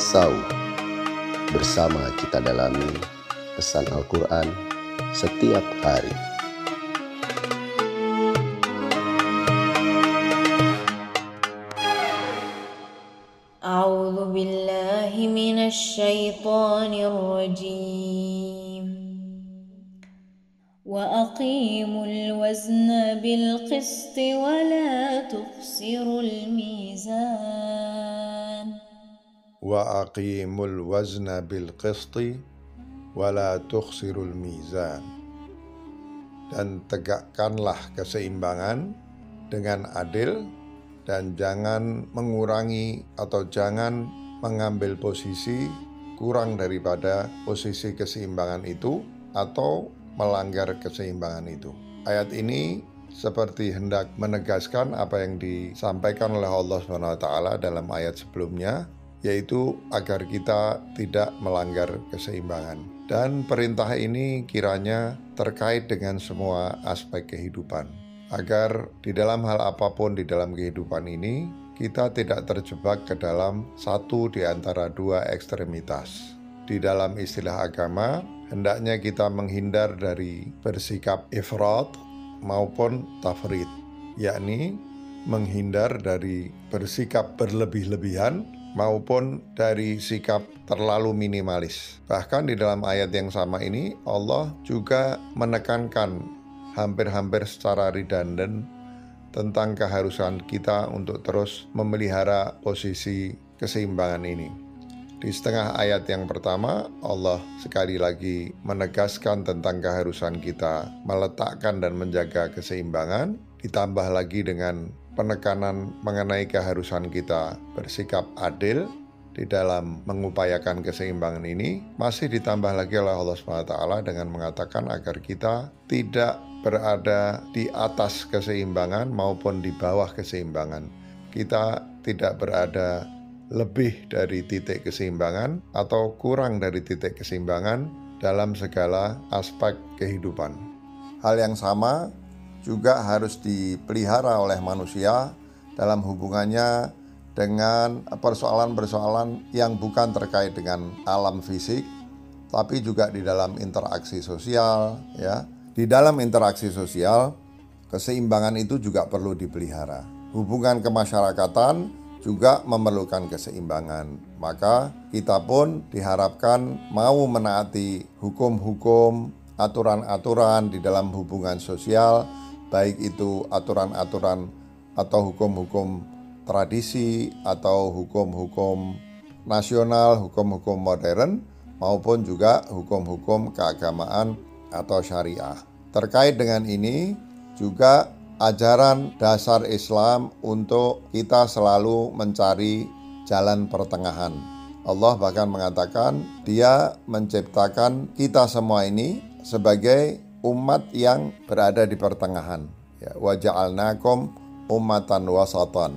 Tasawuf. Bersama kita dalami pesan Al-Quran setiap hari. A'udzu billahi minasy syaithanir rajim. Wa aqimul wazna bil qisti wa la tukhsirul mizan. Wa aqimul wazna bil qisti wa la tukhsirul mizan. Dan tegakkanlah keseimbangan dengan adil, dan jangan mengurangi atau jangan mengambil posisi kurang daripada posisi keseimbangan itu atau melanggar keseimbangan itu. Ayat ini seperti hendak menegaskan apa yang disampaikan oleh Allah SWT dalam ayat sebelumnya, yaitu agar kita tidak melanggar keseimbangan. Dan perintah ini kiranya terkait dengan semua aspek kehidupan, agar di dalam hal apapun di dalam kehidupan ini, kita tidak terjebak ke dalam satu di antara dua ekstremitas. Di dalam istilah agama, hendaknya kita menghindar dari bersikap ifrat maupun tafrid, yakni menghindar dari bersikap berlebih-lebihan maupun dari sikap terlalu minimalis. Bahkan di dalam ayat yang sama ini, Allah juga menekankan hampir-hampir secara redundant tentang keharusan kita untuk terus memelihara posisi keseimbangan ini. Di setengah ayat yang pertama, Allah sekali lagi menegaskan tentang keharusan kita meletakkan dan menjaga keseimbangan, ditambah lagi dengan penekanan mengenai keharusan kita bersikap adil di dalam mengupayakan keseimbangan ini, masih ditambah lagi oleh Allah SWT dengan mengatakan agar kita tidak berada di atas keseimbangan maupun di bawah keseimbangan. Kita tidak berada lebih dari titik keseimbangan atau kurang dari titik keseimbangan dalam segala aspek kehidupan. Hal yang sama juga harus dipelihara oleh manusia dalam hubungannya dengan persoalan-persoalan yang bukan terkait dengan alam fisik, tapi juga di dalam interaksi sosial, ya. Di dalam interaksi sosial, keseimbangan itu juga perlu dipelihara. Hubungan kemasyarakatan juga memerlukan keseimbangan. Maka kita pun diharapkan mau menaati hukum-hukum, aturan-aturan di dalam hubungan sosial, baik itu aturan-aturan atau hukum-hukum tradisi atau hukum-hukum nasional, hukum-hukum modern, maupun juga hukum-hukum keagamaan atau syariah. Terkait dengan ini juga ajaran dasar Islam untuk kita selalu mencari jalan pertengahan. Allah bahkan mengatakan Dia menciptakan kita semua ini sebagai umat yang berada di pertengahan. Ya, wa ja'alnakum ummatan wasatan.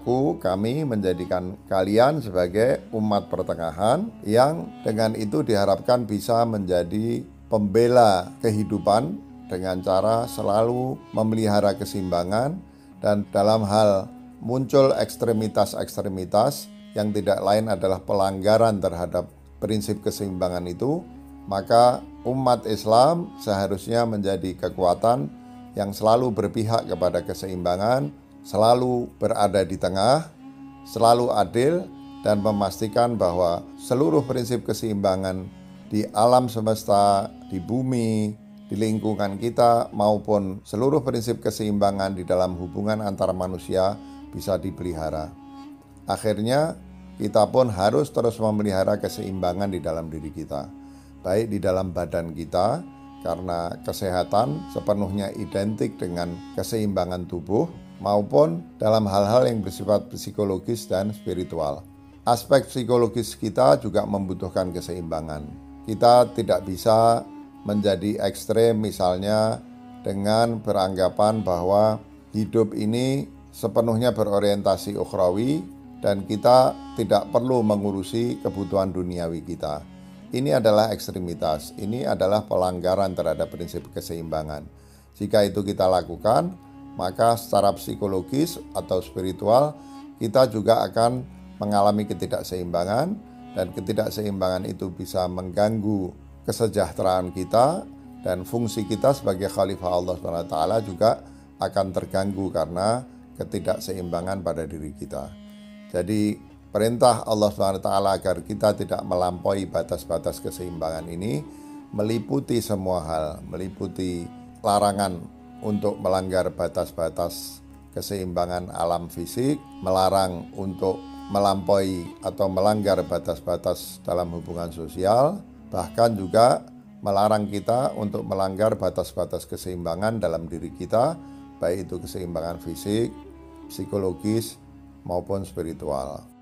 Kami menjadikan kalian sebagai umat pertengahan yang dengan itu diharapkan bisa menjadi pembela kehidupan dengan cara selalu memelihara keseimbangan, dan dalam hal muncul ekstremitas-ekstremitas yang tidak lain adalah pelanggaran terhadap prinsip keseimbangan itu, maka umat Islam seharusnya menjadi kekuatan yang selalu berpihak kepada keseimbangan, selalu berada di tengah, selalu adil, dan memastikan bahwa seluruh prinsip keseimbangan di alam semesta, di bumi, di lingkungan kita, maupun seluruh prinsip keseimbangan di dalam hubungan antara manusia bisa dipelihara. Akhirnya, kita pun harus terus memelihara keseimbangan di dalam diri kita, baik di dalam badan kita, karena kesehatan sepenuhnya identik dengan keseimbangan tubuh, maupun dalam hal-hal yang bersifat psikologis dan spiritual. Aspek psikologis kita juga membutuhkan keseimbangan. Kita tidak bisa menjadi ekstrem, misalnya dengan beranggapan bahwa hidup ini sepenuhnya berorientasi ukhrawi dan kita tidak perlu mengurusi kebutuhan duniawi kita. Ini adalah ekstremitas, ini adalah pelanggaran terhadap prinsip keseimbangan. Jika itu kita lakukan, maka secara psikologis atau spiritual kita juga akan mengalami ketidakseimbangan dan ketidakseimbangan itu bisa mengganggu kesejahteraan kita, dan fungsi kita sebagai khalifah Allah SWT juga akan terganggu karena ketidakseimbangan pada diri kita. Jadi perintah Allah SWT agar kita tidak melampaui batas-batas keseimbangan ini meliputi semua hal, meliputi larangan untuk melanggar batas-batas keseimbangan alam fisik, melarang untuk melampaui atau melanggar batas-batas dalam hubungan sosial, bahkan juga melarang kita untuk melanggar batas-batas keseimbangan dalam diri kita, baik itu keseimbangan fisik, psikologis, maupun spiritual.